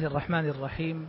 الله الرحمن الرحيم.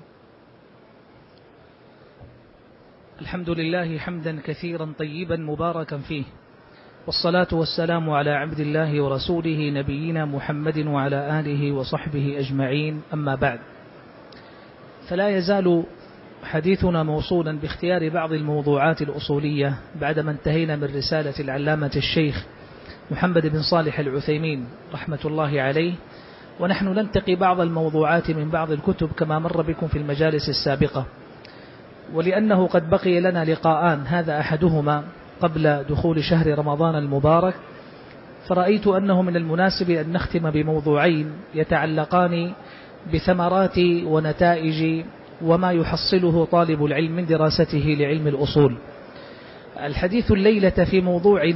الحمد لله حمدا كثيرا طيبا مباركا فيه، والصلاة والسلام على عبد الله ورسوله نبينا محمد وعلى آله وصحبه أجمعين، أما بعد، فلا يزال حديثنا موصولا باختيار بعض الموضوعات الأصولية بعدما انتهينا من رسالة العلامة الشيخ محمد بن صالح العثيمين رحمة الله عليه، ونحن ننتقي بعض الموضوعات من بعض الكتب كما مر بكم في المجالس السابقة. ولأنه قد بقي لنا لقاءان، هذا أحدهما قبل دخول شهر رمضان المبارك، فرأيت أنه من المناسب أن نختم بموضوعين يتعلقان بثمرات ونتائج وما يحصله طالب العلم من دراسته لعلم الأصول. الحديث الليلة في موضوع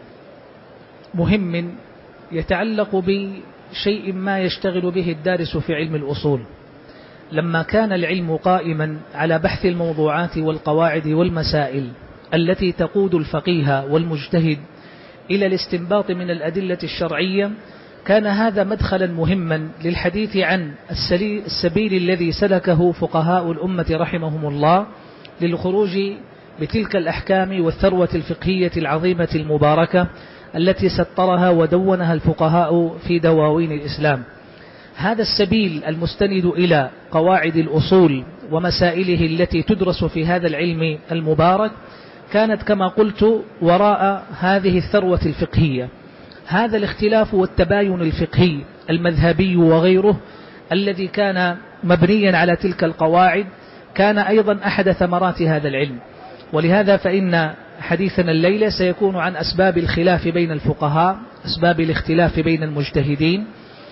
مهم يتعلق بشيء ما يشتغل به الدارس في علم الأصول. لما كان العلم قائما على بحث الموضوعات والقواعد والمسائل التي تقود الفقيه والمجتهد إلى الاستنباط من الأدلة الشرعية، كان هذا مدخلا مهما للحديث عن السبيل الذي سلكه فقهاء الأمة رحمهم الله للخروج بتلك الأحكام والثروة الفقهية العظيمة المباركة التي سطرها ودونها الفقهاء في دواوين الإسلام. هذا السبيل المستند إلى قواعد الأصول ومسائله التي تدرس في هذا العلم المبارك كانت كما قلت وراء هذه الثروة الفقهية. هذا الاختلاف والتباين الفقهي المذهبي وغيره الذي كان مبنيا على تلك القواعد كان أيضا أحد ثمرات هذا العلم. ولهذا فإن حديثنا الليلة سيكون عن أسباب الخلاف بين الفقهاء، أسباب الاختلاف بين المجتهدين،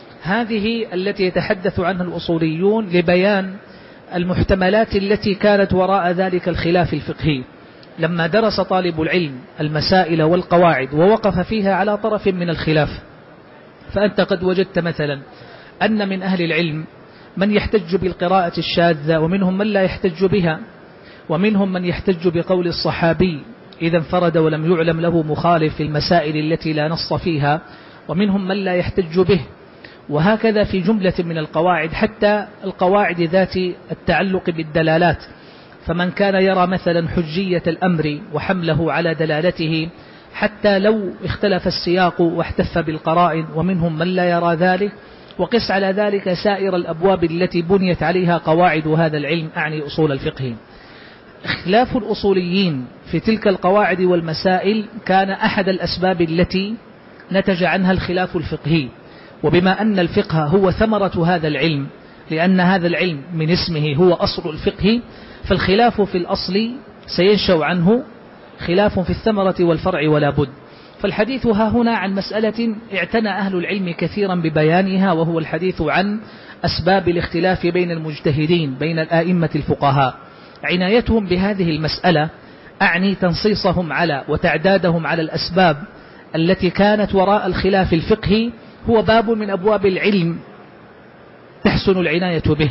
هذه التي يتحدث عنها الأصوليون لبيان المحتملات التي كانت وراء ذلك الخلاف الفقهي. لما درس طالب العلم المسائل والقواعد ووقف فيها على طرف من الخلاف، فأنت قد وجدت مثلا أن من أهل العلم من يحتج بالقراءة الشاذة، ومنهم من لا يحتج بها، ومنهم من يحتج بقول الصحابي إذا انفرد ولم يعلم له مخالف في المسائل التي لا نص فيها، ومنهم من لا يحتج به، وهكذا في جملة من القواعد، حتى القواعد ذات التعلق بالدلالات. فمن كان يرى مثلا حجية الأمر وحمله على دلالته حتى لو اختلف السياق واحتف بالقرائن، ومنهم من لا يرى ذلك. وقس على ذلك سائر الأبواب التي بنيت عليها قواعد هذا العلم، أعني أصول الفقه. اختلاف الأصوليين في تلك القواعد والمسائل كان أحد الأسباب التي نتج عنها الخلاف الفقهي. وبما أن الفقه هو ثمرة هذا العلم، لأن هذا العلم من اسمه هو أصل الفقه، فالخلاف في الأصل سينشأ عنه خلاف في الثمرة والفرع ولا بد. فالحديث ها هنا عن مسألة اعتنى أهل العلم كثيرا ببيانها، وهو الحديث عن أسباب الاختلاف بين المجتهدين، بين الآئمة الفقهاء. عنايتهم بهذه المسألة أعني تنصيصهم على وتعدادهم على الأسباب التي كانت وراء الخلاف الفقهي، هو باب من أبواب العلم تحسن العناية به.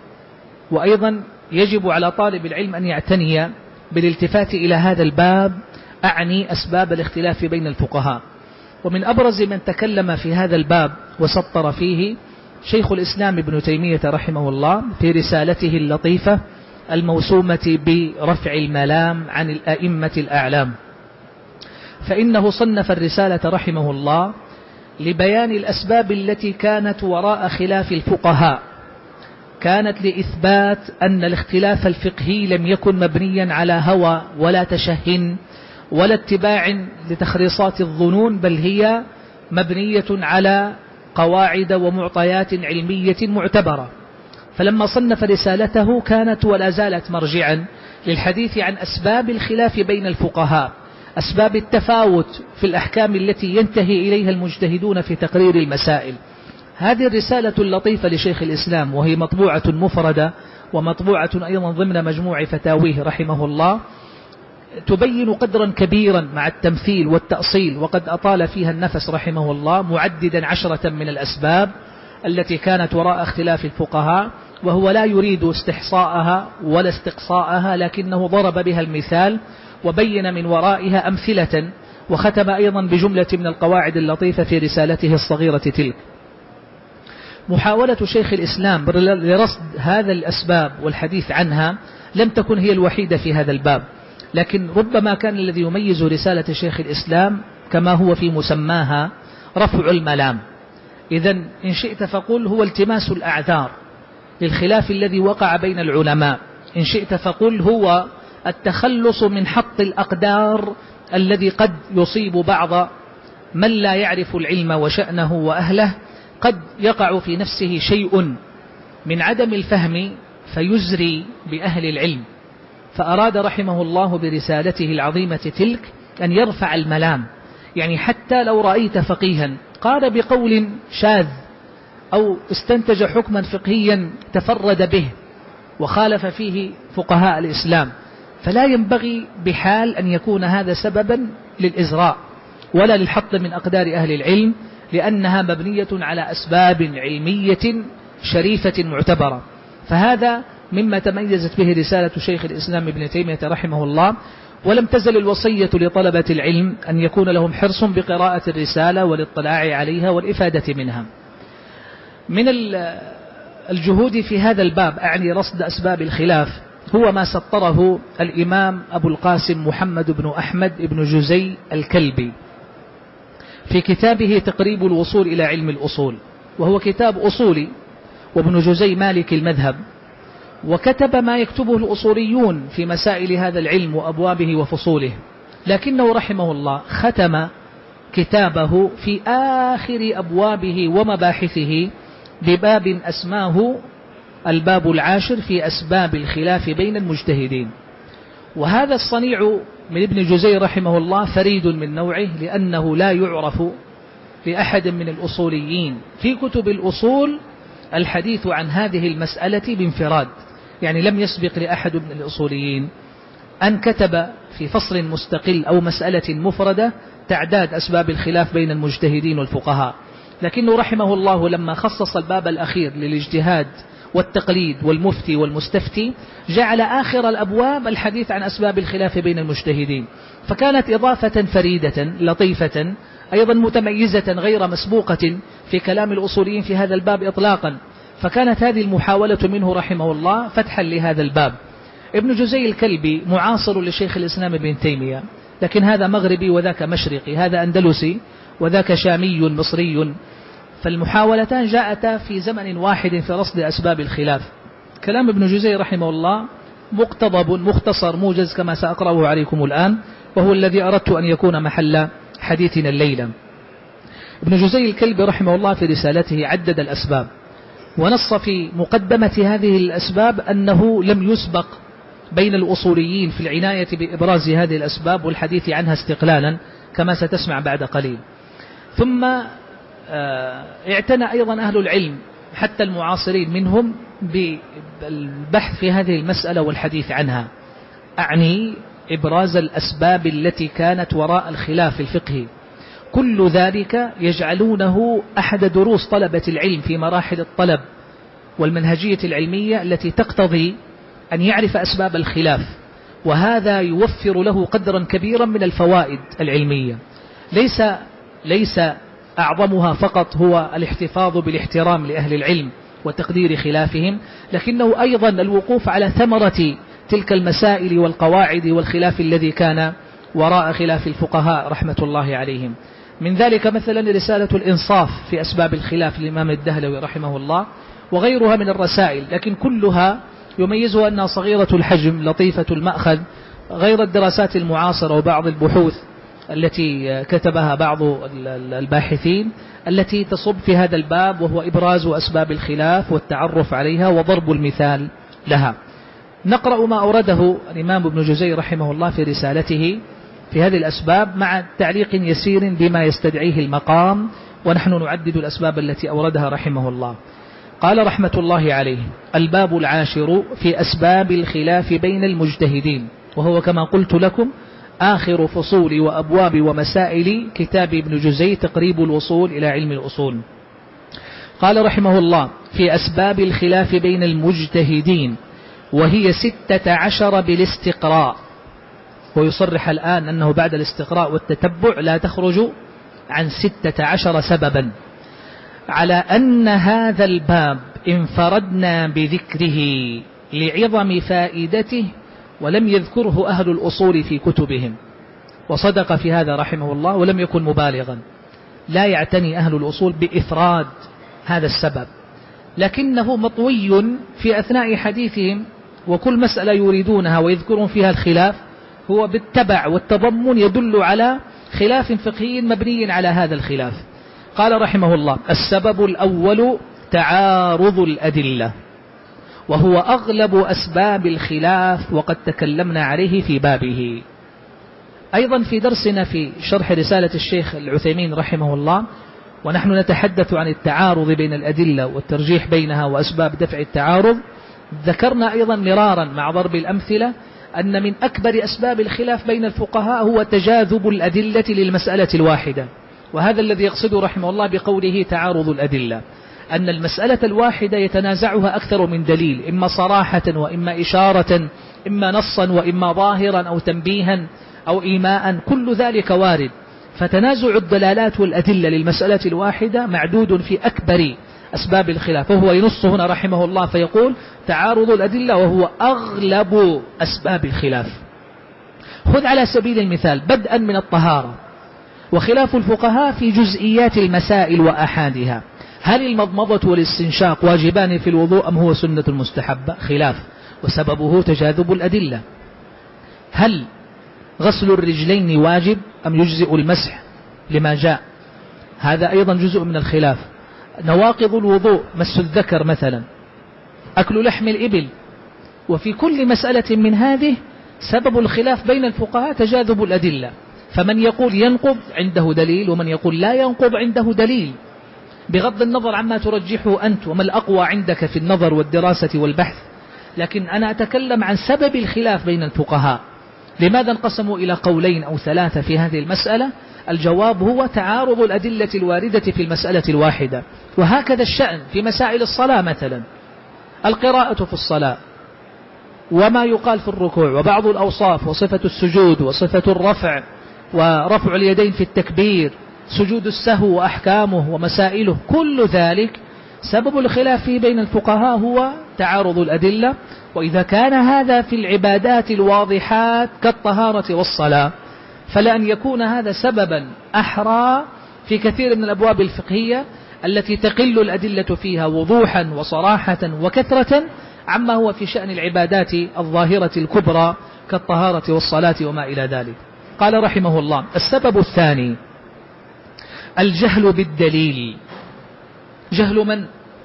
وأيضا يجب على طالب العلم أن يعتني بالالتفات إلى هذا الباب، أعني أسباب الاختلاف بين الفقهاء. ومن أبرز من تكلم في هذا الباب وسطر فيه شيخ الإسلام ابن تيمية رحمه الله في رسالته اللطيفة الموسومة برفع الملام عن الأئمة الأعلام، فإنه صنف الرسالة رحمه الله لبيان الأسباب التي كانت وراء خلاف الفقهاء، كانت لإثبات أن الاختلاف الفقهي لم يكن مبنيا على هوى ولا تشه ولا اتباع لتخريصات الظنون، بل هي مبنية على قواعد ومعطيات علمية معتبرة. فلما صنف رسالته كانت ولا زالت مرجعا للحديث عن أسباب الخلاف بين الفقهاء، أسباب التفاوت في الأحكام التي ينتهي إليها المجتهدون في تقرير المسائل. هذه الرسالة اللطيفة لشيخ الإسلام، وهي مطبوعة مفردة ومطبوعة أيضا ضمن مجموع فتاويه رحمه الله، تبين قدرا كبيرا مع التمثيل والتأصيل، وقد أطال فيها النفس رحمه الله معددا 10 من الأسباب التي كانت وراء اختلاف الفقهاء، وهو لا يريد استحصاءها ولا استقصاءها، لكنه ضرب بها المثال وبين من ورائها أمثلة، وختم أيضا بجملة من القواعد اللطيفة في رسالته الصغيرة تلك. محاولة شيخ الإسلام لرصد هذا الأسباب والحديث عنها لم تكن هي الوحيدة في هذا الباب، لكن ربما كان الذي يميز رسالة شيخ الإسلام كما هو في مسماها رفع الملام. إذن إن شئت فقل هو التماس الأعذار للخلاف الذي وقع بين العلماء، إن شئت فقل هو التخلص من حط الأقدار الذي قد يصيب بعض من لا يعرف العلم وشأنه وأهله، قد يقع في نفسه شيء من عدم الفهم فيزري بأهل العلم، فأراد رحمه الله برسالته العظيمة تلك أن يرفع الملام. يعني حتى لو رأيت فقيها قال بقول شاذ أو استنتج حكما فقهيا تفرد به وخالف فيه فقهاء الإسلام، فلا ينبغي بحال أن يكون هذا سببا للإزراء ولا للحط من أقدار أهل العلم، لأنها مبنية على أسباب علمية شريفة معتبرة. فهذا مما تميزت به رسالة شيخ الإسلام ابن تيمية رحمه الله. ولم تزل الوصية لطلبة العلم أن يكون لهم حرص بقراءة الرسالة والاطلاع عليها والإفادة منها. من الجهود في هذا الباب أعني رصد أسباب الخلاف هو ما سطره الإمام أبو القاسم محمد بن أحمد بن جزي الكلبي في كتابه تقريب الوصول إلى علم الأصول، وهو كتاب أصولي، وابن جزي مالك المذهب، وكتب ما يكتبه الأصوليون في مسائل هذا العلم وأبوابه وفصوله، لكنه رحمه الله ختم كتابه في آخر أبوابه ومباحثه بباب أسماه الباب العاشر في أسباب الخلاف بين المجتهدين. وهذا الصنيع من ابن جزي رحمه الله فريد من نوعه، لأنه لا يعرف لأحد من الأصوليين في كتب الأصول الحديث عن هذه المسألة بانفراد. يعني لم يسبق لأحد من الأصوليين أن كتب في فصل مستقل أو مسألة مفردة تعداد أسباب الخلاف بين المجتهدين والفقهاء، لكنه رحمه الله لما خصص الباب الأخير للاجتهاد والتقليد والمفتي والمستفتي جعل آخر الأبواب الحديث عن أسباب الخلاف بين المجتهدين، فكانت إضافة فريدة لطيفة أيضا متميزة غير مسبوقة في كلام الأصوليين في هذا الباب إطلاقا. فكانت هذه المحاولة منه رحمه الله فتحا لهذا الباب. ابن جزي الكلبي معاصر لشيخ الإسلام ابن تيمية، لكن هذا مغربي وذاك مشرقي، هذا أندلسي وذاك شامي مصري، فالمحاولتان جاءتا في زمن واحد في رصد أسباب الخلاف. كلام ابن جزي رحمه الله مقتضب مختصر موجز كما سأقرأه عليكم الآن، وهو الذي أردت أن يكون محل حديثنا الليلة. ابن جزي الكلبي رحمه الله في رسالته عدد الأسباب، ونص في مقدمة هذه الأسباب أنه لم يسبق بين الأصوليين في العناية بإبراز هذه الأسباب والحديث عنها استقلالا كما ستسمع بعد قليل. ثم اعتنى أيضا أهل العلم حتى المعاصرين منهم بالبحث في هذه المسألة والحديث عنها، أعني إبراز الأسباب التي كانت وراء الخلاف الفقهي. كل ذلك يجعلونه أحد دروس طلبة العلم في مراحل الطلب والمنهجية العلمية التي تقتضي أن يعرف أسباب الخلاف، وهذا يوفر له قدرا كبيرا من الفوائد العلمية، ليس أعظمها فقط هو الاحتفاظ بالاحترام لأهل العلم وتقدير خلافهم، لكنه أيضا الوقوف على ثمرة تلك المسائل والقواعد والخلاف الذي كان وراء خلاف الفقهاء رحمة الله عليهم. من ذلك مثلا رسالة الإنصاف في أسباب الخلاف للإمام الدهلوي رحمه الله، وغيرها من الرسائل، لكن كلها يميزها أنها صغيرة الحجم لطيفة المأخذ، غير الدراسات المعاصرة وبعض البحوث التي كتبها بعض الباحثين التي تصب في هذا الباب، وهو إبراز أسباب الخلاف والتعرف عليها وضرب المثال لها. نقرأ ما أورده الإمام ابن جزي رحمه الله في رسالته في هذه الأسباب مع تعليق يسير بما يستدعيه المقام، ونحن نعدد الأسباب التي أوردها رحمه الله. قال رحمة الله عليه: الباب العاشر في أسباب الخلاف بين المجتهدين، وهو كما قلت لكم آخر فصول وأبواب ومسائل كتاب ابن جزي تقريب الوصول إلى علم الأصول. قال رحمه الله: في أسباب الخلاف بين المجتهدين، وهي 16 بالاستقراء. ويصرح الآن أنه بعد الاستقراء والتتبع لا تخرج عن 16 سببا. على أن هذا الباب انفردنا بذكره لعظم فائدته ولم يذكره أهل الأصول في كتبهم، وصدق في هذا رحمه الله ولم يكن مبالغا. لا يعتني أهل الأصول بإفراد هذا السبب، لكنه مطوي في أثناء حديثهم، وكل مسألة يريدونها ويذكرون فيها الخلاف هو بالتبع والتضمن يدل على خلاف فقهي مبني على هذا الخلاف. قال رحمه الله: السبب الأول تعارض الأدلة، وهو أغلب أسباب الخلاف، وقد تكلمنا عليه في بابه. أيضا في درسنا في شرح رسالة الشيخ العثيمين رحمه الله، ونحن نتحدث عن التعارض بين الأدلة والترجيح بينها وأسباب دفع التعارض، ذكرنا أيضا مرارا مع ضرب الأمثلة أن من أكبر أسباب الخلاف بين الفقهاء هو تجاذب الأدلة للمسألة الواحدة، وهذا الذي يقصده رحمه الله بقوله تعارض الأدلة، أن المسألة الواحدة يتنازعها أكثر من دليل، إما صراحة وإما إشارة، إما نصا وإما ظاهرا أو تنبيها أو إيماء، كل ذلك وارد. فتنازع الدلالات والأدلة للمسألة الواحدة معدود في أكبر أسباب الخلاف، وهو ينص هنا رحمه الله فيقول تعارض الأدلة وهو أغلب أسباب الخلاف. خذ على سبيل المثال بدءا من الطهارة، وخلاف الفقهاء في جزئيات المسائل وأحادها. هل المضمضة والاستنشاق واجبان في الوضوء أم هو سنة مستحبة؟ خلاف، وسببه تجاذب الأدلة. هل غسل الرجلين واجب أم يجزئ المسح لما جاء؟ هذا أيضا جزء من الخلاف. نواقض الوضوء مس الذكر مثلا، أكل لحم الإبل. وفي كل مسألة من هذه سبب الخلاف بين الفقهاء تجاذب الأدلة، فمن يقول ينقض عنده دليل، ومن يقول لا ينقض عنده دليل، بغض النظر عما ترجحه أنت وما الأقوى عندك في النظر والدراسة والبحث. لكن أنا أتكلم عن سبب الخلاف بين الفقهاء. لماذا انقسموا إلى قولين أو ثلاثة في هذه المسألة؟ الجواب هو تعارض الأدلة الواردة في المسألة الواحدة. وهكذا الشأن في مسائل الصلاة مثلا، القراءة في الصلاة وما يقال في الركوع وبعض الأوصاف وصفة السجود وصفة الرفع ورفع اليدين في التكبير، سجود السهو وأحكامه ومسائله، كل ذلك سبب الخلاف فيه بين الفقهاء هو تعارض الأدلة. وإذا كان هذا في العبادات الواضحات كالطهارة والصلاة، فلأن يكون هذا سببا أحرى في كثير من الأبواب الفقهية التي تقل الأدلة فيها وضوحا وصراحة وكثرة عما هو في شأن العبادات الظاهرة الكبرى كالطهارة والصلاة وما إلى ذلك. قال رحمه الله: السبب الثاني الجهل بالدليل. جهل من؟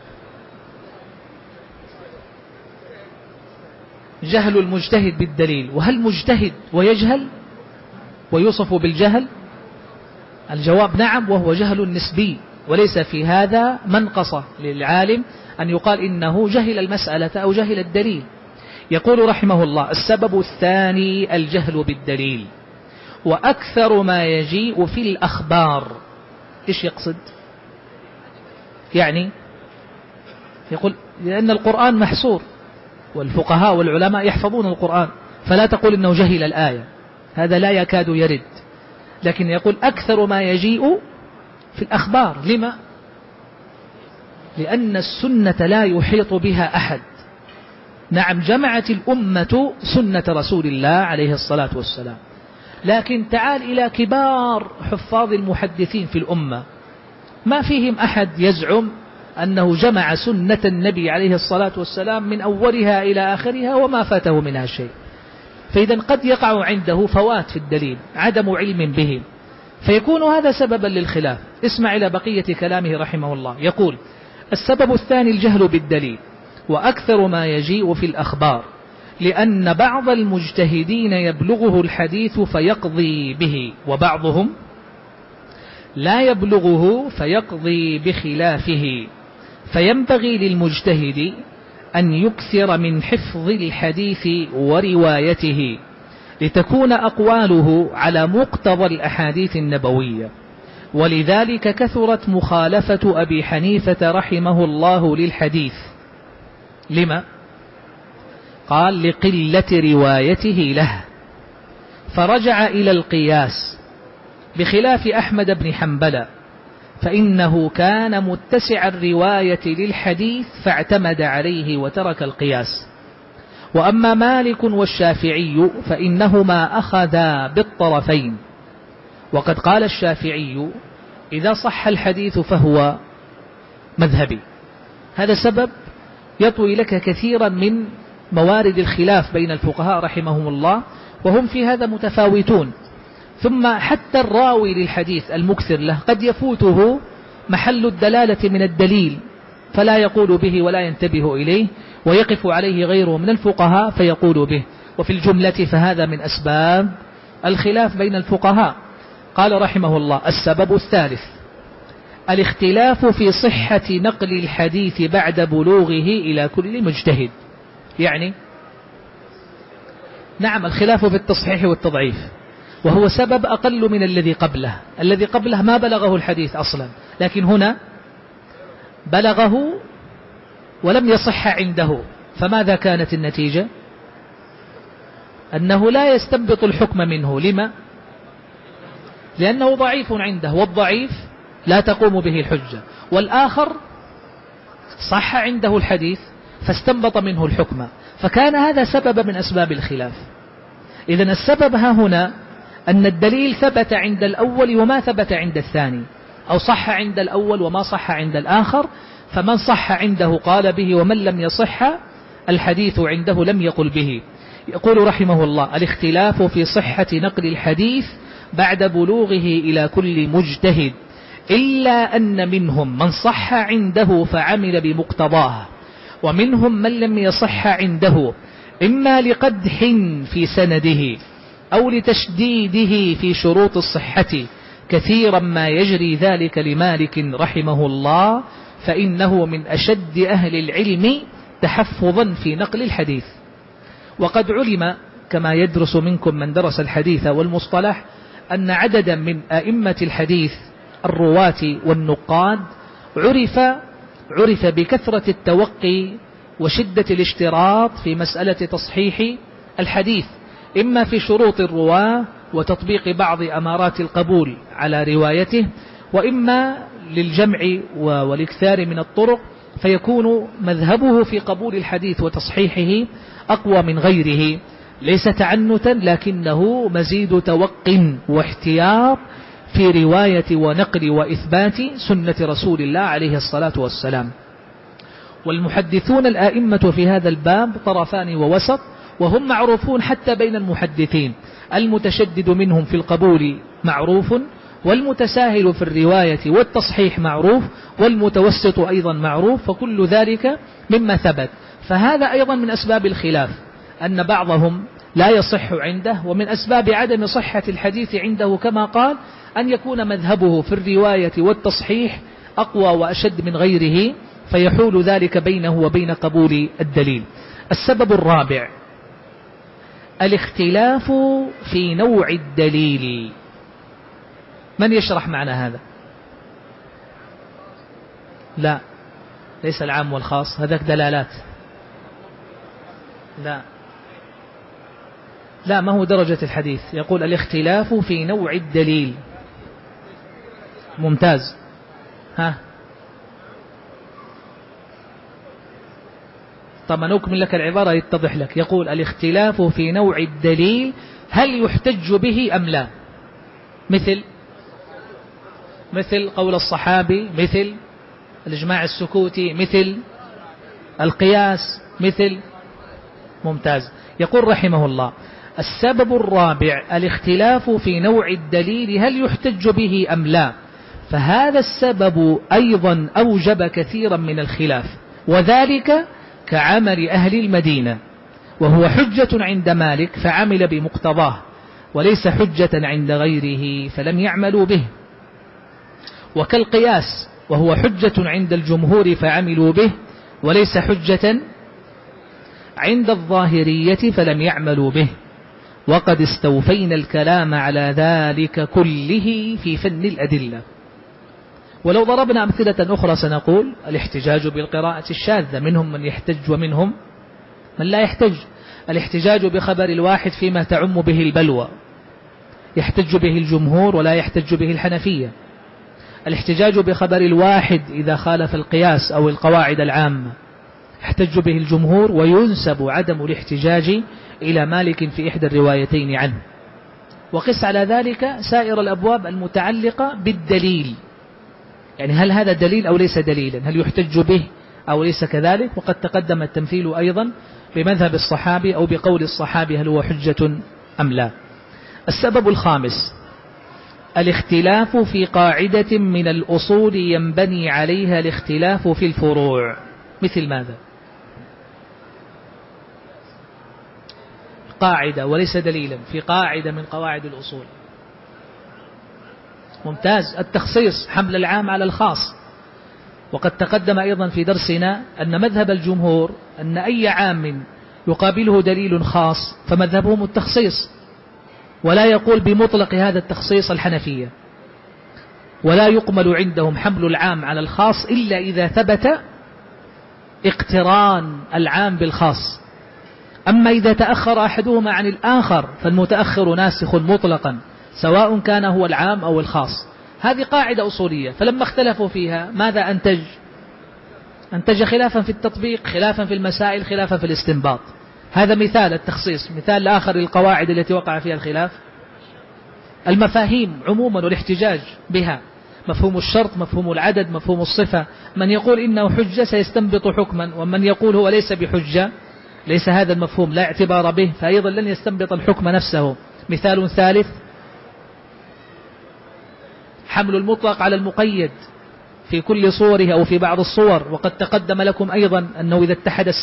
جهل المجتهد بالدليل. وهل مجتهد ويجهل ويوصف بالجهل؟ الجواب نعم، وهو جهل نسبي، وليس في هذا منقصة للعالم أن يقال إنه جهل المسألة أو جهل الدليل. يقول رحمه الله: السبب الثاني الجهل بالدليل، وأكثر ما يجيء في الأخبار. إيش يقصد؟ يعني يقول لأن القرآن محصور، والفقهاء والعلماء يحفظون القرآن، فلا تقول إنه جهل الآية، هذا لا يكاد يرد. لكن يقول أكثر ما يجيء في الأخبار. لما؟ لأن السنة لا يحيط بها أحد. نعم، جمعت الأمة سنة رسول الله عليه الصلاة والسلام، لكن تعال إلى كبار حفاظ المحدثين في الأمة، ما فيهم أحد يزعم أنه جمع سنة النبي عليه الصلاة والسلام من أولها إلى آخرها وما فاته منها شيء. فإذا قد يقع عنده فوات في الدليل، عدم علم به، فيكون هذا سببا للخلاف. اسمع إلى بقية كلامه رحمه الله. يقول: السبب الثاني الجهل بالدليل، وأكثر ما يجيء في الأخبار، لأن بعض المجتهدين يبلغه الحديث فيقضي به، وبعضهم لا يبلغه فيقضي بخلافه، فينبغي للمجتهد أن يكثر من حفظ الحديث وروايته، لتكون أقواله على مقتضى الأحاديث النبوية. ولذلك كثرت مخالفة أبي حنيفة رحمه الله للحديث. لما؟ قال: لقلة روايته له، فرجع إلى القياس، بخلاف أحمد بن حنبل فإنه كان متسع الرواية للحديث فاعتمد عليه وترك القياس. وأما مالك والشافعي فإنهما أخذا بالطرفين، وقد قال الشافعي إذا صح الحديث فهو مذهبي. هذا سبب يطوي لك كثيرا من موارد الخلاف بين الفقهاء رحمهم الله، وهم في هذا متفاوتون. ثم حتى الراوي للحديث المكثر له قد يفوته محل الدلالة من الدليل فلا يقول به ولا ينتبه إليه، ويقف عليه غيره من الفقهاء فيقول به. وفي الجملة فهذا من أسباب الخلاف بين الفقهاء. قال رحمه الله: السبب الثالث الاختلاف في صحة نقل الحديث بعد بلوغه إلى كل مجتهد. يعني نعم الخلاف في التصحيح والتضعيف، وهو سبب أقل من الذي قبله. الذي قبله ما بلغه الحديث أصلا، لكن هنا بلغه ولم يصح عنده، فماذا كانت النتيجة؟ أنه لا يستنبط الحكم منه. لما؟ لأنه ضعيف عنده، والضعيف لا تقوم به الحجة. والآخر صح عنده الحديث فاستنبط منه الحكم، فكان هذا سبب من أسباب الخلاف. إذن السبب ها هنا أن الدليل ثبت عند الأول وما ثبت عند الثاني، أو صح عند الأول وما صح عند الآخر، فمن صح عنده قال به، ومن لم يصح الحديث عنده لم يقل به. يقول رحمه الله: الاختلاف في صحة نقل الحديث بعد بلوغه إلى كل مجتهد، إلا أن منهم من صح عنده فعمل بمقتضاه، ومنهم من لم يصح عنده، إما لقدح في سنده أو لتشديده في شروط الصحة، كثيرا ما يجري ذلك لمالك رحمه الله، فإنه من أشد أهل العلم تحفظا في نقل الحديث. وقد علم كما يدرس منكم من درس الحديث والمصطلح أن عددا من أئمة الحديث الرواة والنقاد عرف بكثرة التوقي وشدة الاشتراط في مسألة تصحيح الحديث، إما في شروط الرواة وتطبيق بعض أمارات القبول على روايته، وإما للجمع والإكثار من الطرق، فيكون مذهبه في قبول الحديث وتصحيحه أقوى من غيره، ليس تعنتا لكنه مزيد توق واحتياط في رواية ونقل وإثبات سنة رسول الله عليه الصلاة والسلام. والمحدثون الآئمة في هذا الباب طرفان ووسط، وهم معروفون حتى بين المحدثين، المتشدد منهم في القبول معروف، والمتساهل في الرواية والتصحيح معروف، والمتوسط أيضا معروف، فكل ذلك مما ثبت. فهذا أيضا من أسباب الخلاف، أن بعضهم لا يصح عنده، ومن أسباب عدم صحة الحديث عنده كما قال أن يكون مذهبه في الرواية والتصحيح أقوى وأشد من غيره، فيحول ذلك بينه وبين قبول الدليل. السبب الرابع الاختلاف في نوع الدليل. من يشرح معنى هذا؟ لا، ليس العام والخاص، هذاك دلالات. لا ما هو درجة الحديث. يقول الاختلاف في نوع الدليل. ممتاز. طبعا نكمل لك العبارة يتضح لك. يقول الاختلاف في نوع الدليل هل يحتج به أم لا؟ مثل قول الصحابي، مثل الإجماع السكوتي، مثل القياس، مثل. ممتاز. يقول رحمه الله: السبب الرابع الاختلاف في نوع الدليل هل يحتج به أم لا. فهذا السبب أيضا أوجب كثيرا من الخلاف، وذلك كعمل أهل المدينة، وهو حجة عند مالك فعمل بمقتضاه، وليس حجة عند غيره فلم يعملوا به. وكالقياس، وهو حجة عند الجمهور فعملوا به، وليس حجة عند الظاهرية فلم يعملوا به. وقد استوفينا الكلام على ذلك كله في فن الأدلة. ولو ضربنا أمثلة أخرى سنقول الاحتجاج بالقراءة الشاذة، منهم من يحتج ومنهم من لا يحتج. الاحتجاج بخبر الواحد فيما تعم به البلوى يحتج به الجمهور ولا يحتج به الحنفية. الاحتجاج بخبر الواحد إذا خالف القياس أو القواعد العامة احتج به الجمهور، وينسب عدم الاحتجاج إلى مالك في إحدى الروايتين عنه. وقس على ذلك سائر الأبواب المتعلقة بالدليل، يعني هل هذا دليل أو ليس دليلا، هل يحتج به أو ليس كذلك. وقد تقدم التمثيل أيضا بمذهب الصحابي أو بقول الصحابي هل هو حجة أم لا. السبب الخامس الاختلاف في قاعدة من الأصول ينبني عليها الاختلاف في الفروع. مثل ماذا؟ قاعدة وليس دليلا في قاعدة من قواعد الأصول. ممتاز. التخصيص، حمل العام على الخاص. وقد تقدم أيضا في درسنا أن مذهب الجمهور أن أي عام يقابله دليل خاص فمذهبهم التخصيص، ولا يقول بمطلق هذا التخصيص الحنفية، ولا يقبل عندهم حمل العام على الخاص إلا إذا ثبت اقتران العام بالخاص. أما إذا تأخر أحدهما عن الآخر فالمتأخر ناسخ مطلقا سواء كان هو العام أو الخاص. هذه قاعدة أصولية. فلما اختلفوا فيها ماذا أنتج خلافا في التطبيق، خلافا في المسائل، خلافا في الاستنباط. هذا مثال التخصيص. مثال آخر للقواعد التي وقع فيها الخلاف المفاهيم عموما والاحتجاج بها، مفهوم الشرط، مفهوم العدد، مفهوم الصفة. من يقول إنه حجة سيستنبط حكما، ومن يقول هو ليس بحجة ليس هذا المفهوم لا اعتبار به، فأيضا لن يستنبط الحكم نفسه. مثال ثالث حمل المطلق على المقيد في كل صوره أو في بعض الصور. وقد تقدم لكم أيضا أنه إذا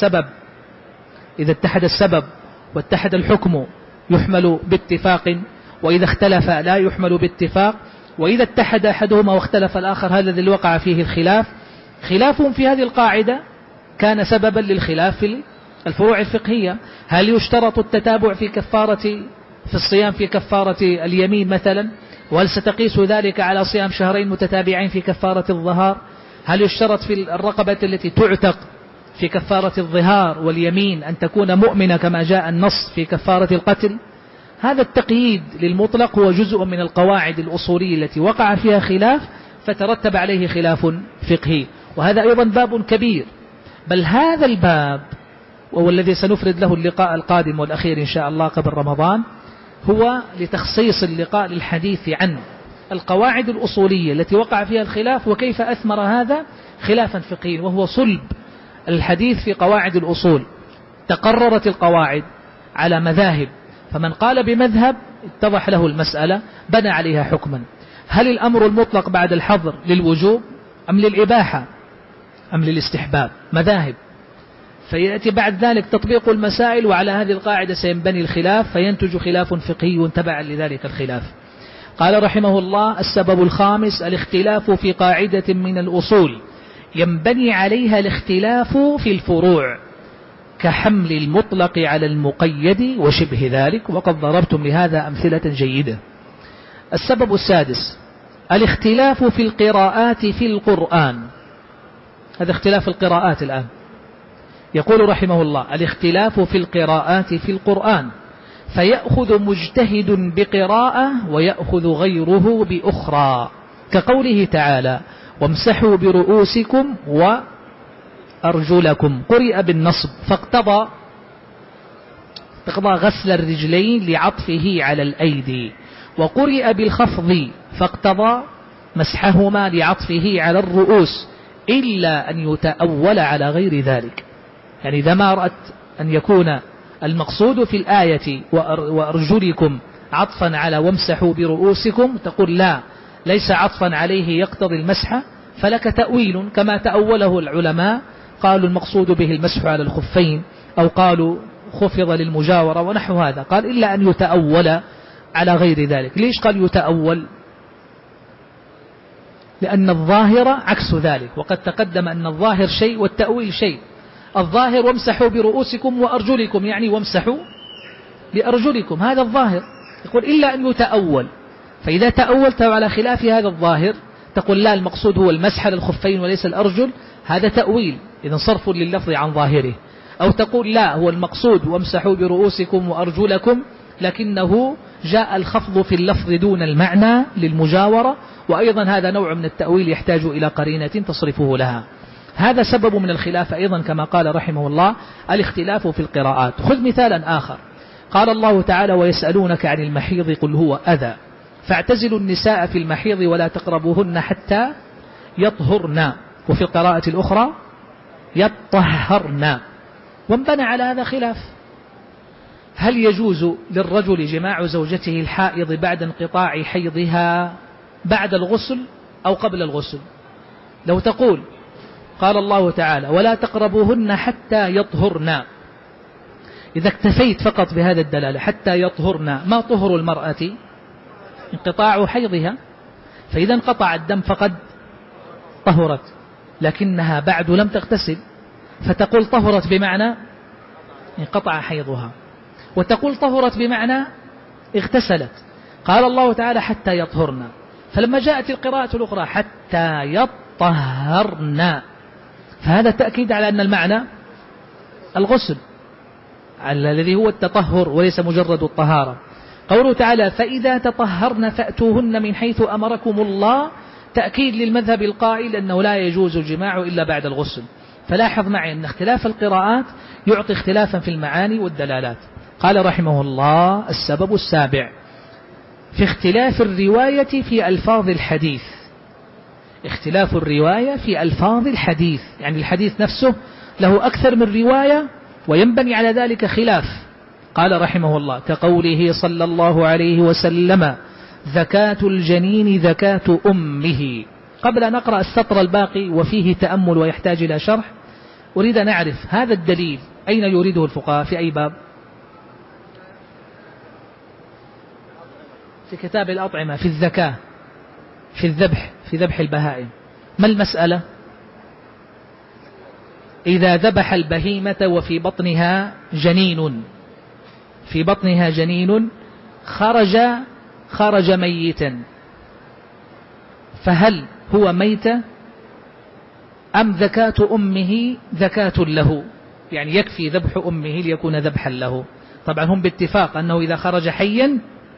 اتحد السبب واتحد الحكم يحمل باتفاق، وإذا اختلف لا يحمل باتفاق. وإذا اتحد أحدهما واختلف الآخر هذا الذي وقع فيه الخلاف. خلافهم في هذه القاعدة كان سببا للخلاف في الفروع الفقهية. هل يشترط التتابع في الصيام في كفارة اليمين مثلا؟ وهل ستقيس ذلك على صيام شهرين متتابعين في كفارة الظهار؟ هل يشترط في الرقبة التي تعتق في كفارة الظهار واليمين أن تكون مؤمنة كما جاء النص في كفارة القتل؟ هذا التقييد للمطلق هو جزء من القواعد الأصولية التي وقع فيها خلاف فترتب عليه خلاف فقهي. وهذا أيضا باب كبير، بل هذا الباب وهو الذي سنفرد له اللقاء القادم والأخير إن شاء الله قبل رمضان، هو لتخصيص اللقاء للحديث عن القواعد الأصولية التي وقع فيها الخلاف وكيف أثمر هذا خلافا فقهيا، وهو صلب الحديث في قواعد الأصول. تقررت القواعد على مذاهب، فمن قال بمذهب اتضح له المسألة بنى عليها حكما. هل الأمر المطلق بعد الحظر للوجوب أم للإباحة أم للاستحباب؟ مذاهب. فيأتي بعد ذلك تطبيق المسائل، وعلى هذه القاعدة سينبني الخلاف فينتج خلاف فقهي تبعا لذلك الخلاف. قال رحمه الله: السبب الخامس الاختلاف في قاعدة من الأصول ينبني عليها الاختلاف في الفروع، كحمل المطلق على المقيد وشبه ذلك، وقد ضربتم لهذا أمثلة جيدة. السبب السادس الاختلاف في القراءات في القرآن. هذا اختلاف القراءات الآن. يقول رحمه الله: الاختلاف في القراءات في القرآن، فيأخذ مجتهد بقراءة ويأخذ غيره بأخرى، كقوله تعالى: وامسحوا برؤوسكم وأرجلكم. قرئ بالنصب فاقتضى غسل الرجلين لعطفه على الأيدي، وقرئ بالخفض فاقتضى مسحهما لعطفه على الرؤوس، إلا أن يتأول على غير ذلك. يعني إذا ما رأت أن يكون المقصود في الآية وأرجلكم عطفا على وامسحوا برؤوسكم، تقول لا، ليس عطفا عليه يقتضي المسح، فلك تأويل كما تأوله العلماء، قالوا المقصود به المسح على الخفين، أو قالوا خفض للمجاورة ونحو هذا. قال إلا أن يتأول على غير ذلك. ليش قال يتأول؟ لأن الظاهر عكس ذلك، وقد تقدم أن الظاهر شيء والتأويل شيء. الظاهر وامسحوا برؤوسكم وأرجلكم، يعني وامسحوا بأرجلكم، هذا الظاهر. يقول إلا أن يتأول، فإذا تأولت على خلاف هذا الظاهر تقول لا، المقصود هو المسح للخفين وليس الأرجل، هذا تأويل، إذن صرف لللفظ عن ظاهره. أو تقول لا، هو المقصود وامسحوا برؤوسكم وأرجلكم، لكنه جاء الخفض في اللفظ دون المعنى للمجاورة، وأيضا هذا نوع من التأويل يحتاج إلى قرينة تصرفه لها. هذا سبب من الخلاف أيضا كما قال رحمه الله الاختلاف في القراءات. خذ مثالا آخر، قال الله تعالى ويسألونك عن المحيض قل هو أذى فاعتزلوا النساء في المحيض ولا تقربوهن حتى يطهرن، وفي القراءة الأخرى يطهرن. وانبنى على هذا خلاف، هل يجوز للرجل جماع زوجته الحائض بعد انقطاع حيضها بعد الغسل أو قبل الغسل؟ لو تقول قال الله تعالى ولا تقربوهن حتى يطهرن، إذا اكتفيت فقط بهذا الدلالة حتى يطهرن، ما طهر المرأة؟ انقطاع حيضها، فإذا انقطع الدم فقد طهرت، لكنها بعد لم تغتسل، فتقول طهرت بمعنى انقطع حيضها، وتقول طهرت بمعنى اغتسلت. قال الله تعالى حتى يطهرن، فلما جاءت القراءة الأخرى حتى يطهرن، فهذا تأكيد على أن المعنى الغسل الذي هو التطهر وليس مجرد الطهارة. قوله تعالى فإذا تطهرن فأتوهن من حيث أمركم الله، تأكيد للمذهب القائل أنه لا يجوز الجماع إلا بعد الغسل. فلاحظ معي أن اختلاف القراءات يعطي اختلافا في المعاني والدلالات. قال رحمه الله السبب السابع في اختلاف الرواية في ألفاظ الحديث. اختلاف الرواية في ألفاظ الحديث، يعني الحديث نفسه له أكثر من رواية وينبني على ذلك خلاف. قال رحمه الله كقوله صلى الله عليه وسلم زكاة الجنين زكاة أمه. قبل أن نقرأ السطر الباقي وفيه تأمل ويحتاج إلى شرح، أريد أن أعرف هذا الدليل أين يريده الفقهاء، في أي باب؟ في كتاب الأطعمة، في الزكاة، في الذبح، في ذبح البهائم. ما المسألة؟ إذا ذبح البهيمة وفي بطنها جنين، في بطنها جنين خرج ميتا، فهل هو ميت أم زكاة أمه زكاة له؟ يعني يكفي ذبح أمه ليكون ذبحا له. طبعا هم باتفاق أنه إذا خرج حيا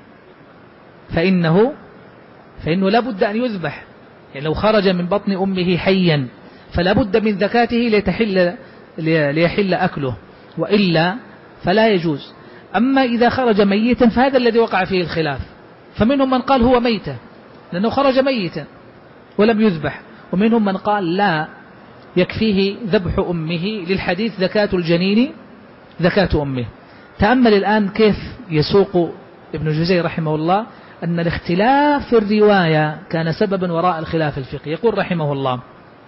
فإنه لا بد أن يذبح، يعني لو خرج من بطن أمه حيا فلا بد من زكاته ليحل أكله، وإلا فلا يجوز. أما إذا خرج ميتا فهذا الذي وقع فيه الخلاف، فمنهم من قال هو ميتا لأنه خرج ميتا ولم يذبح، ومنهم من قال لا يكفيه ذبح أمه للحديث زكاة الجنين زكاة أمه. تأمل الآن كيف يسوق ابن جزي رحمه الله أن الاختلاف في الرواية كان سببا وراء الخلاف الفقهي. يقول رحمه الله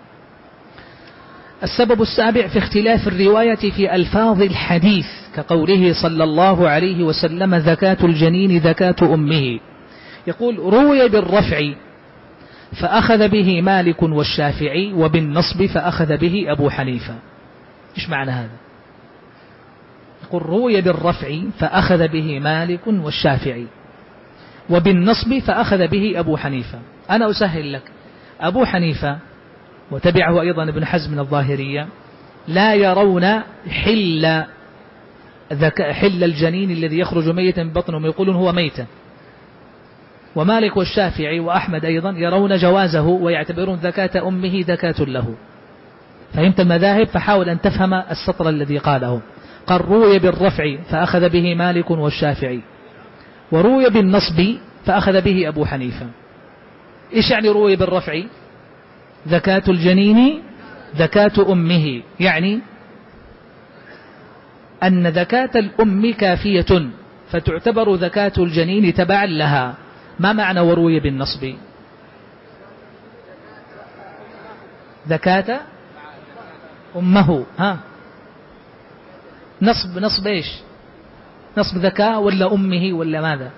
السبب السابع في اختلاف الرواية في ألفاظ الحديث كقوله صلى الله عليه وسلم زكاة الجنين زكاة أمه. يقول روي بالرفع فأخذ به مالك والشافعي، وبالنصب فأخذ به أبو حنيفة. إيش معنى هذا؟ يقول روي بالرفع فأخذ به مالك والشافعي، وبالنصب فأخذ به أبو حنيفة. أنا أسهل لك، أبو حنيفة وتبعه أيضا ابن حزم من الظاهرية لا يرون حل الجنين الذي يخرج ميتا من بطنهم، يقولون هو ميتا. ومالك والشافعي وأحمد أيضا يرون جوازه ويعتبرون زكاة أمه زكاة له. فهمت المذاهب؟ فحاول أن تفهم السطر الذي قاله. قال روي بالرفع فأخذ به مالك والشافعي، وروي بالنصب فأخذ به أبو حنيفة. إيش يعني روي بالرفع؟ زكاة الجنين زكاة أمه، يعني أن زكاة الأم كافية فتعتبر زكاة الجنين تبعا لها. ما معنى وروي بالنصب؟ زكاة أمه. نصب إيش؟ نصب زكاة ولا أمه ولا ماذا؟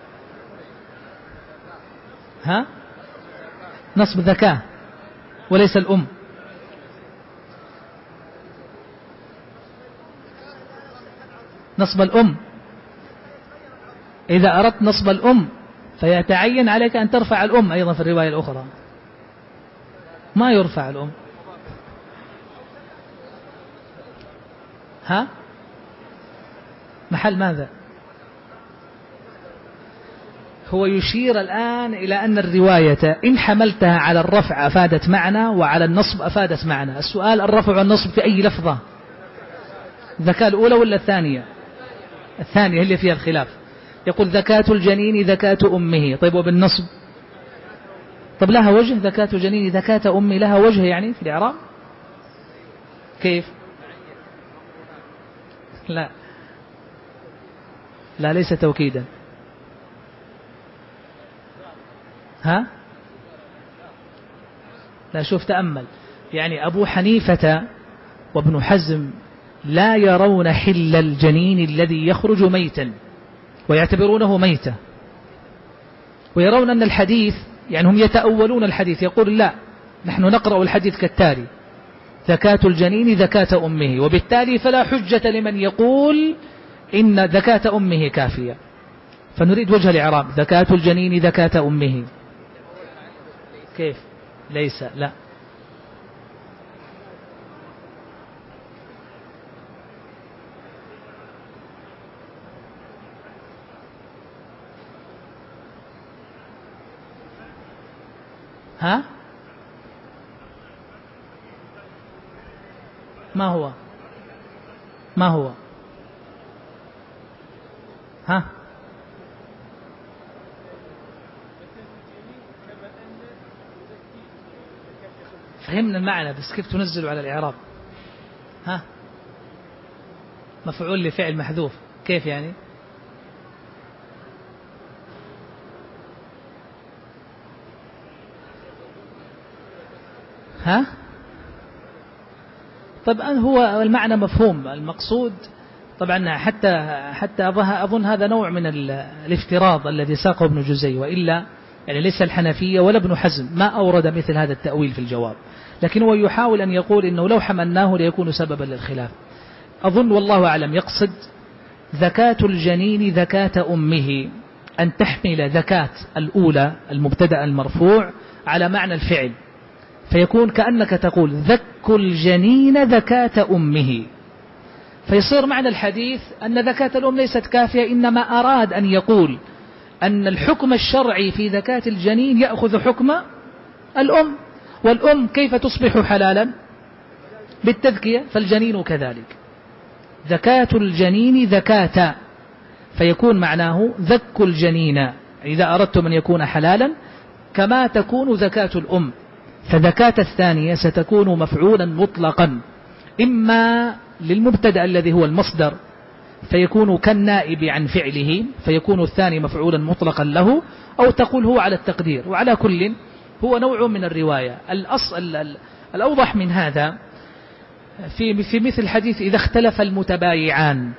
نصب زكاة وليس الأم. نصب الأم. إذا أردت نصب الأم فيتعين عليك أن ترفع الأم أيضا في الرواية الأخرى. ما يرفع الأم. محل ماذا؟ هو يشير الآن إلى أن الرواية إن حملتها على الرفع أفادت معنى وعلى النصب أفادت معنى. السؤال الرفع والنصب في أي لفظة؟ الذكاء الأولى ولا الثانية؟ الثانية اللي فيها الخلاف. يقول ذكاة الجنين ذكاة أمه. طيب وبالنصب؟ طب لها وجه ذكاة الجنين ذكاة أمه، لها وجه يعني في الإعراب؟ كيف؟ لا لا ليس توكيدا. ها؟ لا شوف تأمل، يعني أبو حنيفة وابن حزم لا يرون حل الجنين الذي يخرج ميتا ويعتبرونه ميتا، ويرون أن الحديث يعني هم يتأولون الحديث، يقول لا نحن نقرأ الحديث كالتالي: ذكاة الجنين ذكاة أمه، وبالتالي فلا حجة لمن يقول إن ذكاة أمه كافية. فنريد وجه الإعراب: ذكاة الجنين ذكاة أمه. كيف؟ ليس لا. ها؟ ما هو؟ ما هو؟ ها؟ فهمنا المعنى، بس كيف تنزل على الإعراب؟ ها؟ مفعول لفعل محذوف، كيف يعني؟ ها؟ طبعا هو المعنى مفهوم، المقصود طبعا حتى أظن هذا نوع من الافتراض الذي ساقه ابن جزي، وإلا يعني ليس الحنفية ولا ابن حزم ما أورد مثل هذا التأويل في الجواب، لكن هو يحاول أن يقول إنه لو حملناه ليكون سببا للخلاف. أظن والله أعلم يقصد ذكاة الجنين ذكاة أمه، أن تحمل ذكاة الأولى المبتدأ المرفوع على معنى الفعل، فيكون كأنك تقول ذك الجنين ذكاة أمه، فيصير معنى الحديث أن ذكاة الأم ليست كافية، إنما أراد أن يقول أن الحكم الشرعي في ذكاة الجنين يأخذ حكم الأم، والأم كيف تصبح حلالا؟ بالتذكية، فالجنين كذلك. ذكاة الجنين ذكاة، فيكون معناه ذك الجنين إذا أردتم أن يكون حلالا كما تكون ذكاة الأم. فذكاة الثانية ستكون مفعولا مطلقا، إما للمبتدأ الذي هو المصدر فيكون كالنائب عن فعله فيكون الثاني مفعولا مطلقا له، أو تقول هو على التقدير. وعلى كل هو نوع من الرواية. الأوضح من هذا في مثل حديث إذا اختلف المتبايعان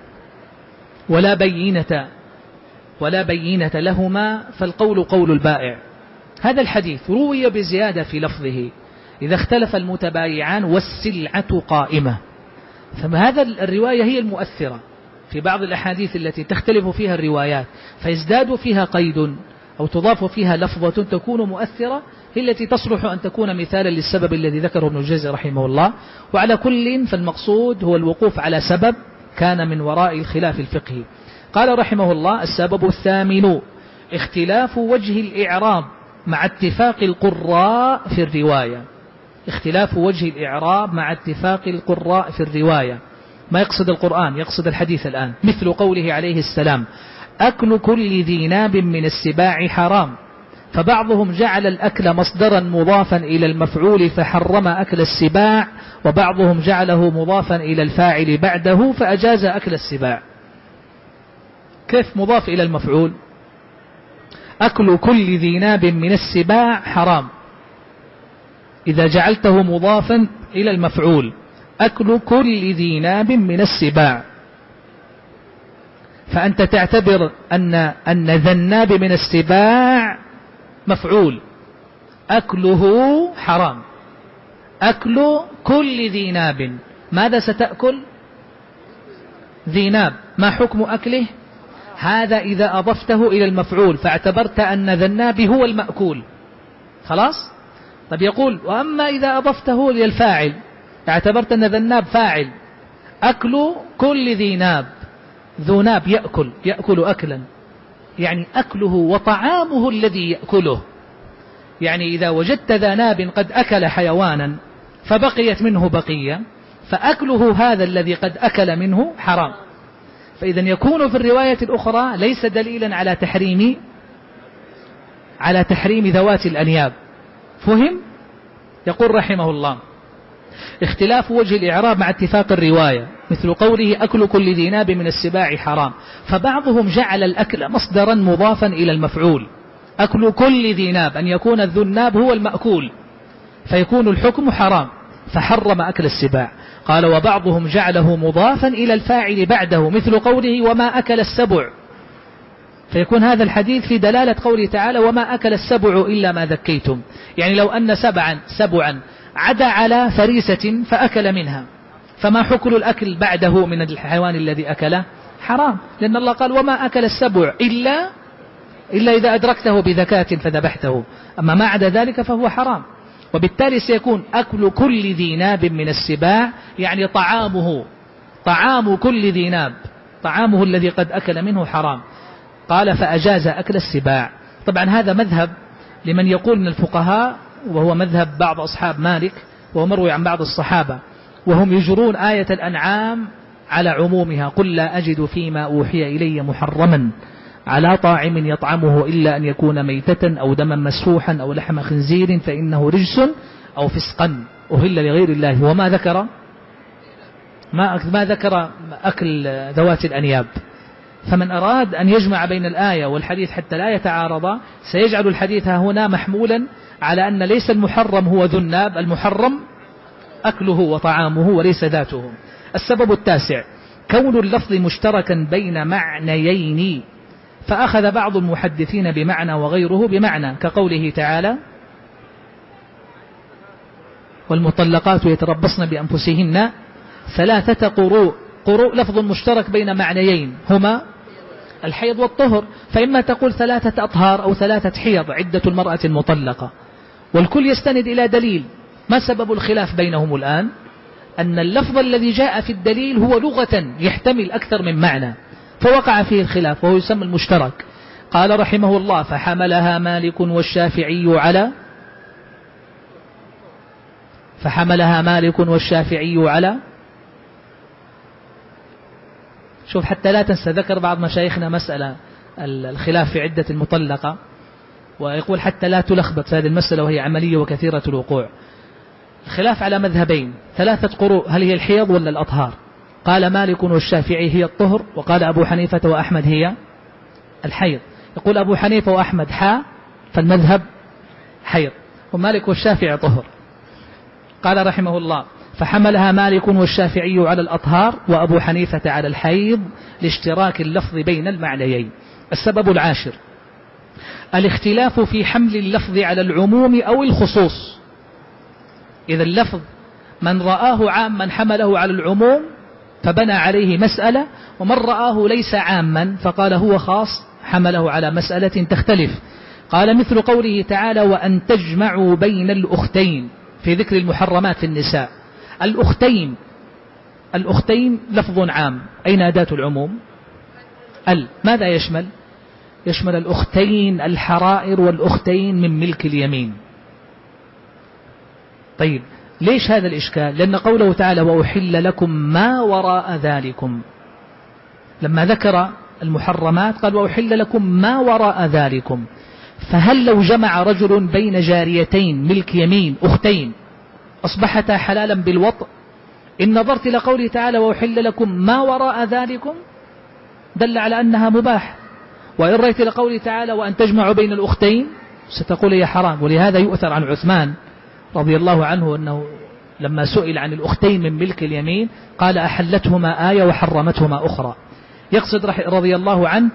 ولا بينة لهما فالقول قول البائع. هذا الحديث روي بزيادة في لفظه: إذا اختلف المتبايعان والسلعة قائمة. فهذا الرواية هي المؤثرة في بعض الأحاديث التي تختلف فيها الروايات فيزداد فيها قيد أو تضاف فيها لفظة تكون مؤثرة، هي التي تصلح أن تكون مثالا للسبب الذي ذكره ابن الجوزي رحمه الله. وعلى كل فالمقصود هو الوقوف على سبب كان من وراء الخلاف الفقهي. قال رحمه الله: السبب الثامن اختلاف وجه الإعراب مع اتفاق القراء في الرواية. اختلاف وجه الإعراب مع اتفاق القراء في الرواية. ما يقصد القرآن، يقصد الحديث الآن. مثل قوله عليه السلام: أكل كل ذي ناب من السباع حرام، فبعضهم جعل الأكل مصدرا مضافا إلى المفعول فحرم أكل السباع، وبعضهم جعله مضافا إلى الفاعل بعده فأجاز أكل السباع. كيف مضاف إلى المفعول؟ أكل كل ذي ناب من السباع حرام، إذا جعلته مضافا إلى المفعول أكل كل ذي ناب من السباع، فأنت تعتبر أن ذا الناب من السباع مفعول، أكله حرام. أكل كل ذي ناب، ماذا ستأكل؟ ذي ناب، ما حكم أكله؟ هذا إذا أضفته إلى المفعول فاعتبرت أن ذا الناب هو المأكول، خلاص؟ طب يقول: وأما إذا أضفته إلى الفاعل اعتبرت أن ذا الناب فاعل، أكل كل ذي ناب، ذو ناب يأكل أكلا، يعني أكله وطعامه الذي يأكله. يعني إذا وجدت ذا ناب قد أكل حيوانا فبقيت منه بقية، فأكله هذا الذي قد أكل منه حرام. فإذا يكون في الرواية الأخرى ليس دليلا على تحريم ذوات الأنياب. فهم؟ يقول رحمه الله: اختلاف وجه الإعراب مع اتفاق الرواية، مثل قوله أكل كل ذي ناب من السباع حرام، فبعضهم جعل الأكل مصدرا مضافا إلى المفعول، أكل كل ذي ناب أن يكون ذو الناب هو المأكول فيكون الحكم حرام فحرم أكل السباع. قال: وبعضهم جعله مضافا إلى الفاعل بعده، مثل قوله وما أكل السبع، فيكون هذا الحديث في دلالة قوله تعالى وما أكل السبع إلا ما ذكيتم. يعني لو أن سبعا عدا على فريسة فأكل منها، فما حكم الأكل بعده من الحيوان الذي أكله؟ حرام، لأن الله قال وما أكل السبع إلا إذا أدركته بذكاة فذبحته، أما ما عدا ذلك فهو حرام. وبالتالي سيكون أكل كل ذي ناب من السباع يعني طعام كل ذي ناب، طعامه الذي قد أكل منه حرام. قال: فأجاز أكل السباع. طبعا هذا مذهب لمن يقول من الفقهاء، وهو مذهب بعض أصحاب مالك وهو مروي عن بعض الصحابة، وهم يجرون آية الأنعام على عمومها: قل لا أجد فيما أوحي إلي محرما على طاعم يطعمه إلا أن يكون ميتة أو دما مسفوحا أو لحم خنزير فإنه رجس أو فسقا أهل لغير الله. وما ذكر ما ذكر أكل ذوات الأنياب. فمن أراد أن يجمع بين الآية والحديث حتى لا يتعارضا سيجعل الحديث هنا محمولا على أن ليس المحرم هو ذو الناب، المحرم أكله وطعامه وليس ذاته. السبب التاسع: كون اللفظ مشتركا بين معنيين، فأخذ بعض المحدثين بمعنى وغيره بمعنى، كقوله تعالى: والمطلقات يتربصن بأنفسهن 3 قروء. قروء لفظ مشترك بين معنيين هما الحيض والطهر، فإما تقول 3 أطهار أو 3 حيض عدة المرأة المطلقة، والكل يستند إلى دليل. ما سبب الخلاف بينهم الآن؟ أن اللفظ الذي جاء في الدليل هو لغة يحتمل أكثر من معنى، فوقع فيه الخلاف وهو يسمى المشترك. قال رحمه الله: فحملها مالك والشافعي على شوف حتى لا تنسى، ذكر بعض مشايخنا مسألة الخلاف في عدة المطلقة، ويقول حتى لا تلخبط في هذه المسألة وهي عملية وكثيرة الوقوع. الخلاف على مذهبين: 3 قروء هل هي الحيض ولا الأطهار؟ قال مالك والشافعي هي الطهر، وقال أبو حنيفة وأحمد هي الحيض. يقول أبو حنيفة وأحمد فالمذهب حيض، ومالك والشافعي طهر. قال رحمه الله: فحملها مالك والشافعي على الأطهار وأبو حنيفة على الحيض لاشتراك اللفظ بين المعنيين. السبب العاشر: الاختلاف في حمل اللفظ على العموم أو الخصوص. إذا اللفظ من رآه عاما حمله على العموم فبنى عليه مسألة، ومن رآه ليس عاما فقال هو خاص حمله على مسألة تختلف. قال: مثل قوله تعالى: وأن تجمعوا بين الأختين، في ذكر المحرمات في النساء. الأختين لفظ عام، أين أداة العموم؟ ماذا يشمل؟ يشمل الأختين الحرائر والأختين من ملك اليمين. طيب ليش هذا الإشكال؟ لأن قوله تعالى: وأحل لكم ما وراء ذلكم، لما ذكر المحرمات قال: وأحل لكم ما وراء ذلكم. فهل لو جمع رجل بين جاريتين ملك يمين أختين أصبحتا حلالا بالوطء؟ إن نظرت إلى قوله تعالى: وأحل لكم ما وراء ذلكم، دل على أنها مباح. وإن رأيت إلى قوله تعالى: وأن تجمعوا بين الأختين، ستقول هي حرام. ولهذا يؤثر عن عثمان رضي الله عنه أنه لما سئل عن الأختين من ملك اليمين قال: أحلتهما آية وحرمتهما أخرى. يقصد رضي الله عنه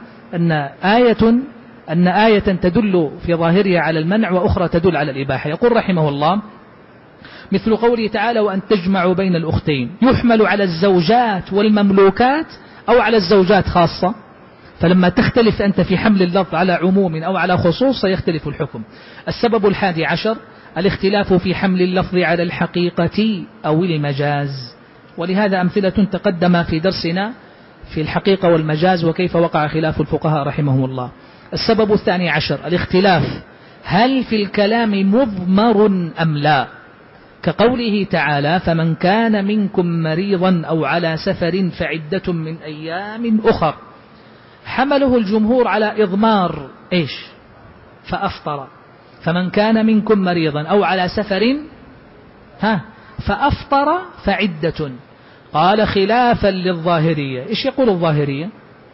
أن آية تدل في ظاهرها على المنع وأخرى تدل على الإباحة. يقول رحمه الله: مثل قوله تعالى: وأن تجمعوا بين الأختين، يحمل على الزوجات والمملوكات أو على الزوجات خاصة، فلما تختلف أنت في حمل اللفظ على عموم أو على خصوص سيختلف الحكم. السبب 11: الاختلاف في حمل اللفظ على الحقيقة أو المجاز. ولهذا أمثلة تقدم في درسنا في الحقيقة والمجاز وكيف وقع خلاف الفقهاء رحمهم الله. السبب الثاني عشر الاختلاف هل في الكلام مضمر أم لا، كقوله تعالى فمن كان منكم مريضا أو على سفر فعدة من أيام أخر، حمله الجمهور على إضمار إيش؟ فأفطر. فمن كان منكم مريضا أو على سفر فأفطر فعدة. قال خلافا للظاهرية. إيش يقول الظاهرية؟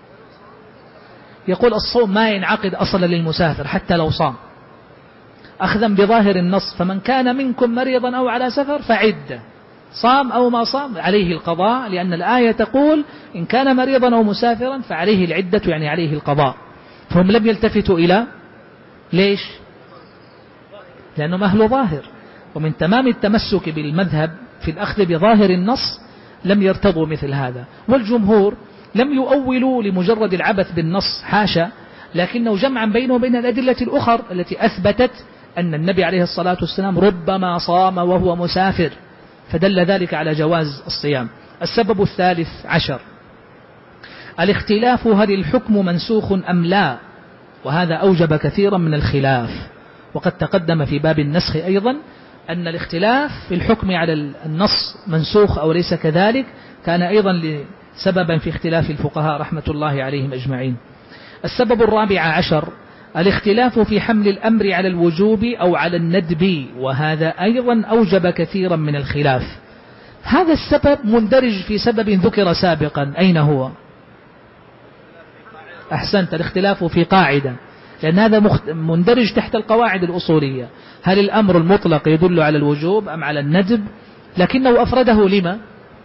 يقول الصوم ما ينعقد أصلا للمسافر حتى لو صام، أخذا بظاهر النص فمن كان منكم مريضا أو على سفر فعدة، صام أو ما صام عليه القضاء، لأن الآية تقول إن كان مريضا أو مسافرا فعليه العدة، يعني عليه القضاء. فهم لم يلتفتوا إلى ليش؟ لأنهم أهل ظاهر، ومن تمام التمسك بالمذهب في الأخذ بظاهر النص لم يرتضوا مثل هذا. والجمهور لم يؤولوا لمجرد العبث بالنص، حاشا، لكنه جمعا بينه وبين الأدلة الأخر التي أثبتت أن النبي عليه الصلاة والسلام ربما صام وهو مسافر، فدل ذلك على جواز الصيام. السبب الثالث عشر الاختلاف هل الحكم منسوخ أم لا، وهذا أوجب كثيرا من الخلاف. وقد تقدم في باب النسخ أيضا أن الاختلاف في الحكم على النص منسوخ أو ليس كذلك كان أيضا سببا في اختلاف الفقهاء رحمة الله عليهم أجمعين. السبب الرابع عشر الاختلاف في حمل الأمر على الوجوب أو على الندب، وهذا أيضا أوجب كثيرا من الخلاف. هذا السبب مندرج في سبب ذكر سابقا، أين هو؟ أحسنت، الاختلاف في قاعدة، لأن هذا مندرج تحت القواعد الأصولية. هل الأمر المطلق يدل على الوجوب أم على الندب؟ لكنه أفرده لما؟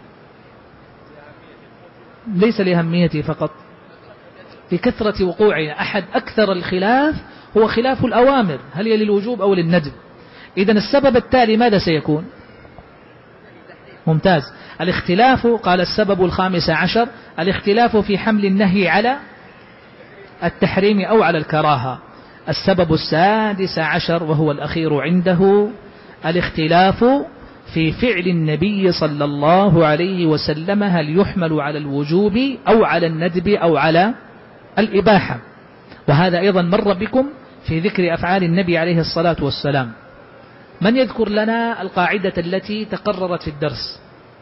ليس لأهميته فقط، لكثرة وقوعنا. أحد أكثر الخلاف هو خلاف الأوامر، هل هي للوجوب أو للندب؟ إذن السبب التالي ماذا سيكون؟ ممتاز. الاختلاف، قال السبب الخامس عشر الاختلاف في حمل النهي على التحريم أو على الكراهة. السبب السادس عشر وهو الأخير عنده الاختلاف في فعل النبي صلى الله عليه وسلم هل يحمل على الوجوب أو على الندب أو على الإباحة. وهذا أيضا مر بكم في ذكر أفعال النبي عليه الصلاة والسلام. من يذكر لنا القاعدة التي تقررت في الدرس؟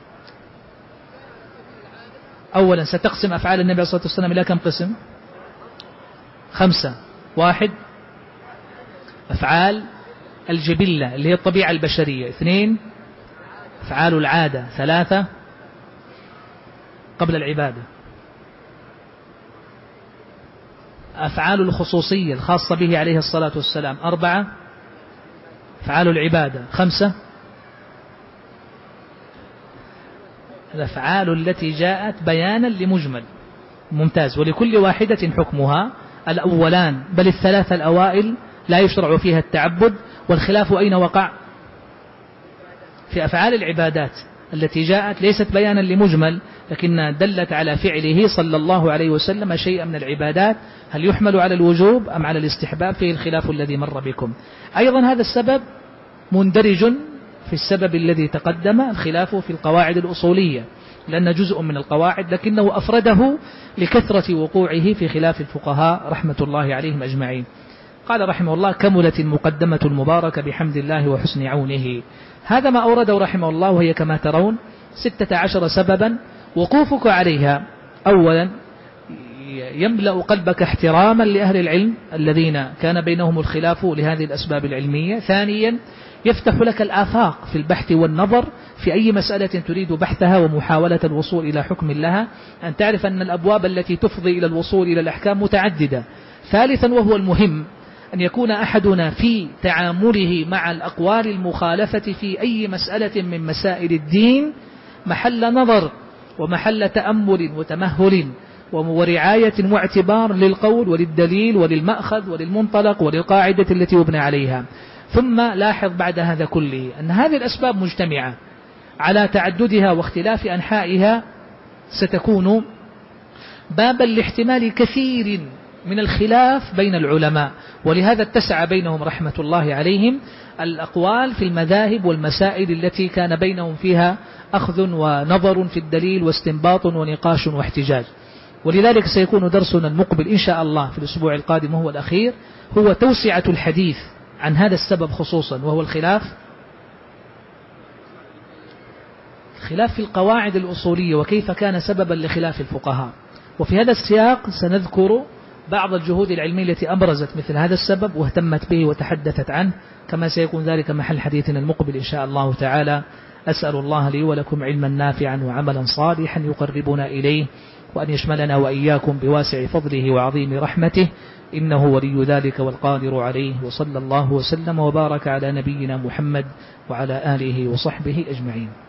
أولا ستقسم أفعال النبي عليه الصلاة والسلام إلى كم قسم؟ 5. 1 أفعال الجبلة اللي هي الطبيعة البشرية. 2 أفعال العادة. 3 قبل العبادة أفعال الخصوصية الخاصة به عليه الصلاة والسلام. 4 أفعال العبادة. 5 الأفعال التي جاءت بيانا لمجمل. ممتاز. ولكل واحدة حكمها. الأولان بل الثلاثة الأوائل لا يشرع فيها التعبد. والخلاف أين وقع؟ في أفعال العبادات التي جاءت ليست بيانا لمجمل، لكن دلت على فعله صلى الله عليه وسلم شيئا من العبادات، هل يحمل على الوجوب أم على الاستحباب؟ فيه الخلاف الذي مر بكم. أيضا هذا السبب مندرج في السبب الذي تقدم، الخلاف في القواعد الأصولية، لأن جزء من القواعد لكنه أفرده لكثرة وقوعه في خلاف الفقهاء رحمة الله عليهم أجمعين. قال رحمه الله: كملت المقدمة المباركة بحمد الله وحسن عونه. هذا ما أورده رحمه الله، وهي كما ترون 16 سببا. وقوفك عليها أولا يملأ قلبك احتراما لأهل العلم الذين كان بينهم الخلاف لهذه الأسباب العلمية. ثانيا يفتح لك الآفاق في البحث والنظر في أي مسألة تريد بحثها ومحاولة الوصول إلى حكم لها، أن تعرف أن الأبواب التي تفضي إلى الوصول إلى الأحكام متعددة. ثالثا وهو المهم، أن يكون أحدنا في تعامله مع الأقوال المخالفة في أي مسألة من مسائل الدين محل نظر ومحل تأمل وتمهل ورعاية واعتبار للقول وللدليل وللمأخذ وللمنطلق وللقاعدة التي يبنى عليها. ثم لاحظ بعد هذا كله أن هذه الأسباب مجتمعة على تعددها واختلاف أنحائها ستكون بابا لاحتمال كثير من الخلاف بين العلماء، ولهذا اتسع بينهم رحمة الله عليهم الأقوال في المذاهب والمسائل التي كان بينهم فيها أخذ ونظر في الدليل واستنباط ونقاش واحتجاج. ولذلك سيكون درسنا المقبل إن شاء الله في الأسبوع القادم وهو الأخير هو توسعة الحديث عن هذا السبب خصوصا، وهو الخلاف في القواعد الأصولية وكيف كان سببا لخلاف الفقهاء. وفي هذا السياق سنذكر بعض الجهود العلمية التي أبرزت مثل هذا السبب واهتمت به وتحدثت عنه، كما سيكون ذلك محل حديثنا المقبل إن شاء الله تعالى. أسأل الله لي ولكم علما نافعا وعملا صالحا يقربنا إليه، وأن يشملنا وإياكم بواسع فضله وعظيم رحمته، إنه ولي ذلك والقادر عليه. وصلى الله وسلم وبارك على نبينا محمد وعلى آله وصحبه أجمعين.